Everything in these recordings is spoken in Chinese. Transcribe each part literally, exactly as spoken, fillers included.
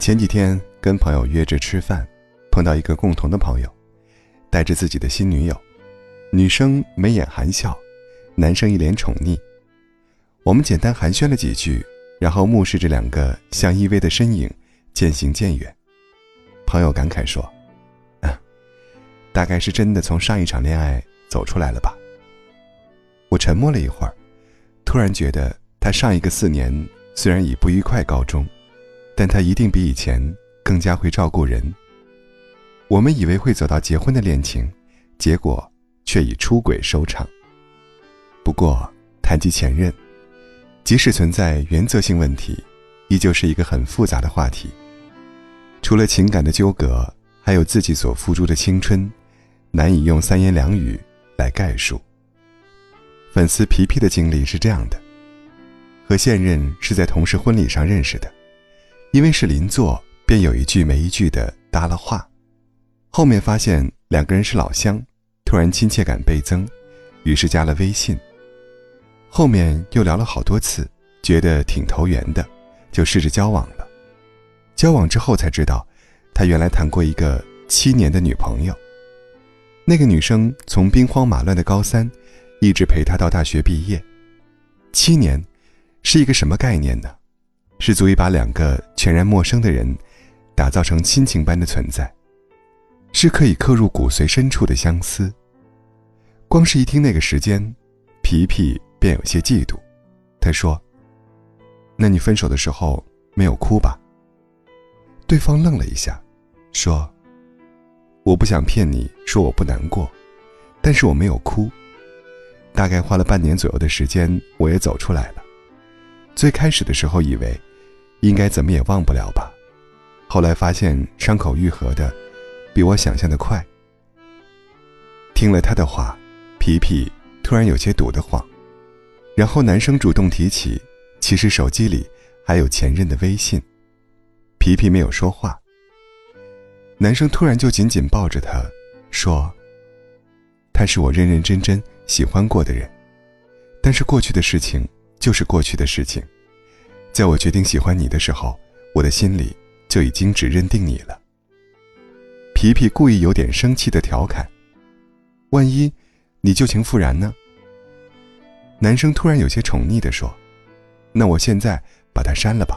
前几天跟朋友约着吃饭，碰到一个共同的朋友，带着自己的新女友，女生眉眼含笑，男生一脸宠溺。我们简单寒暄了几句，然后目视着两个相依偎的身影渐行渐远。朋友感慨说，啊，大概是真的从上一场恋爱走出来了吧。我沉默了一会儿，突然觉得他上一个四年虽然以不愉快告终，但他一定比以前更加会照顾人。我们以为会走到结婚的恋情，结果却以出轨收场。不过谈及前任，即使存在原则性问题，依旧是一个很复杂的话题。除了情感的纠葛，还有自己所付出的青春，难以用三言两语来概述。粉丝皮皮的经历是这样的，和现任是在同事婚礼上认识的，因为是邻座，便有一句没一句的搭了话。后面发现两个人是老乡，突然亲切感倍增，于是加了微信。后面又聊了好多次，觉得挺投缘的，就试着交往了。交往之后才知道，他原来谈过一个七年的女朋友。那个女生从兵荒马乱的高三，一直陪他到大学毕业。七年是一个什么概念呢？是足以把两个全然陌生的人打造成亲情般的存在，是可以刻入骨髓深处的相思。光是一听那个时间，皮皮便有些嫉妒。他说，那你分手的时候没有哭吧？对方愣了一下，说，我不想骗你说我不难过，但是我没有哭。大概花了半年左右的时间，我也走出来了。最开始的时候以为应该怎么也忘不了吧，后来发现伤口愈合的比我想象的快。听了他的话，皮皮突然有些堵得慌。然后男生主动提起，其实手机里还有前任的微信。皮皮没有说话，男生突然就紧紧抱着她，说，他是我认认真真喜欢过的人，但是过去的事情就是过去的事情，在我决定喜欢你的时候，我的心里就已经只认定你了。皮皮故意有点生气的调侃，万一你旧情复燃呢？男生突然有些宠溺地说，那我现在把它删了吧。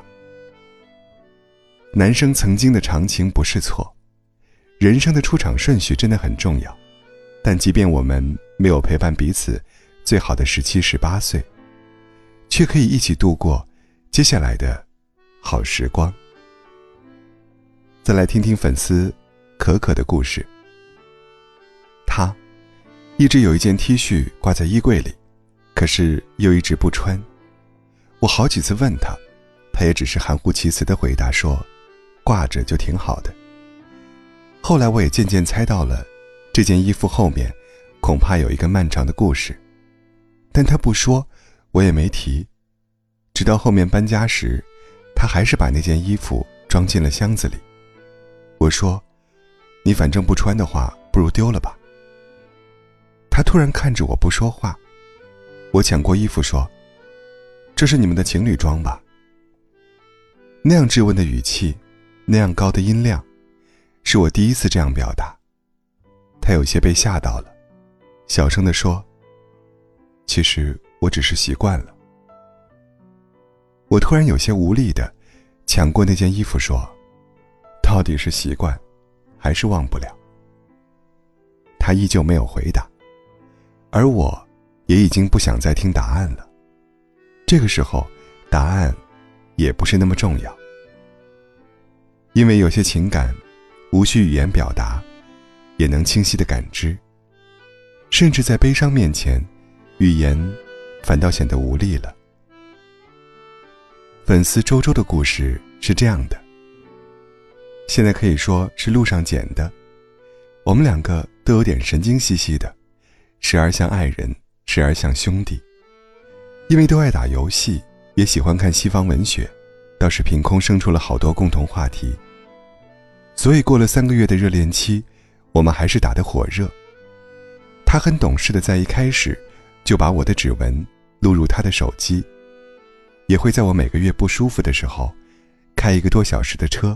男生曾经的长情不是错，人生的出场顺序真的很重要，但即便我们没有陪伴彼此最好的十七十八岁，却可以一起度过接下来的好时光。再来听听粉丝可可的故事。他一直有一件 T 恤挂在衣柜里，可是又一直不穿。我好几次问他，他也只是含糊其辞地回答说，挂着就挺好的。后来我也渐渐猜到了，这件衣服后面恐怕有一个漫长的故事，但他不说，我也没提。直到后面搬家时，他还是把那件衣服装进了箱子里。我说，你反正不穿的话，不如丢了吧。他突然看着我不说话。我抢过衣服说，这是你们的情侣装吧？那样质问的语气，那样高的音量，是我第一次这样表达。他有些被吓到了，小声地说，其实我只是习惯了。我突然有些无力地抢过那件衣服说，到底是习惯还是忘不了？他依旧没有回答，而我也已经不想再听答案了。这个时候答案也不是那么重要，因为有些情感无需语言表达，也能清晰地感知，甚至在悲伤面前，语言反倒显得无力了。粉丝周周的故事是这样的，现在可以说是路上捡的。我们两个都有点神经兮兮的，时而像爱人，时而像兄弟。因为都爱打游戏，也喜欢看西方文学，倒是凭空生出了好多共同话题。所以过了三个月的热恋期，我们还是打得火热。他很懂事的在一开始就把我的指纹录入他的手机，也会在我每个月不舒服的时候开一个多小时的车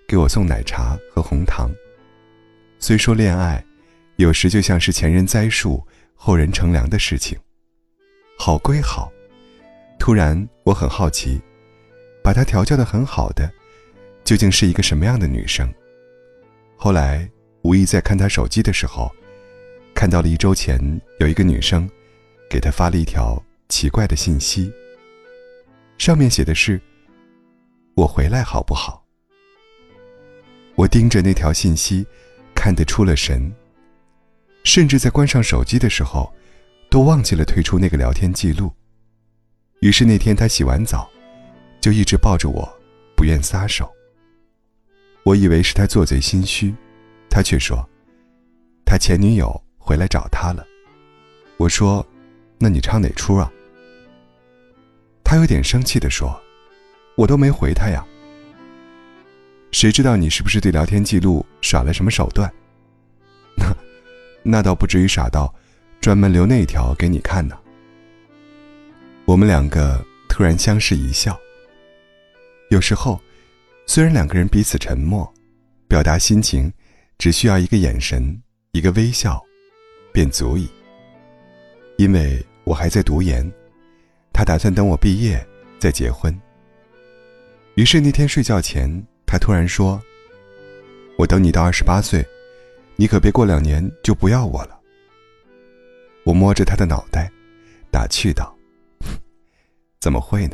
给我送奶茶和红糖。虽说恋爱有时就像是前人栽树后人乘凉的事情，好归好，突然我很好奇，把她调教得很好的究竟是一个什么样的女生。后来无意在看她手机的时候，看到了一周前有一个女生给她发了一条奇怪的信息，上面写的是我回来好不好。我盯着那条信息看得出了神，甚至在关上手机的时候都忘记了退出那个聊天记录。于是那天他洗完澡就一直抱着我不愿撒手。我以为是他做贼心虚，他却说他前女友回来找他了。我说那你唱哪出啊？他有点生气地说我都没回他呀。谁知道你是不是对聊天记录耍了什么手段？那那倒不至于傻到专门留那一条给你看呢。我们两个突然相视一笑。有时候虽然两个人彼此沉默，表达心情只需要一个眼神，一个微笑便足以。因为我还在读研，他打算等我毕业再结婚。于是那天睡觉前，他突然说我等你到二十八岁，你可别过两年就不要我了。我摸着他的脑袋打趣道怎么会呢？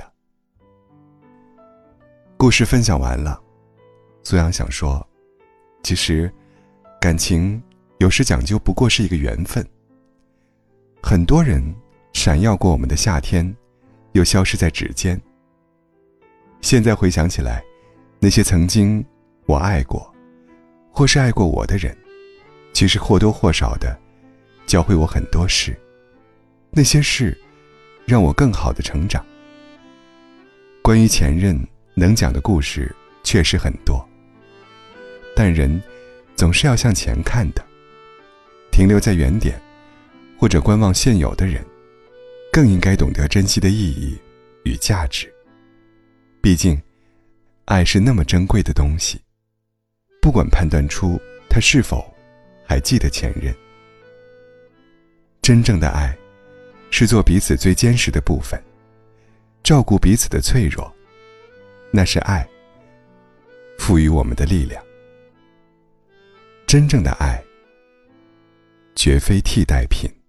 故事分享完了，苏阳想说，其实感情有时讲究不过是一个缘分。很多人闪耀过我们的夏天，又消失在指尖。现在回想起来，那些曾经我爱过或是爱过我的人，其实或多或少的教会我很多事，那些事让我更好的成长。关于前任能讲的故事确实很多，但人总是要向前看的。停留在原点或者观望现有的人，更应该懂得珍惜的意义与价值。毕竟爱是那么珍贵的东西，不管判断出他是否还记得前任。真正的爱是做彼此最坚实的部分，照顾彼此的脆弱，那是爱赋予我们的力量。真正的爱绝非替代品。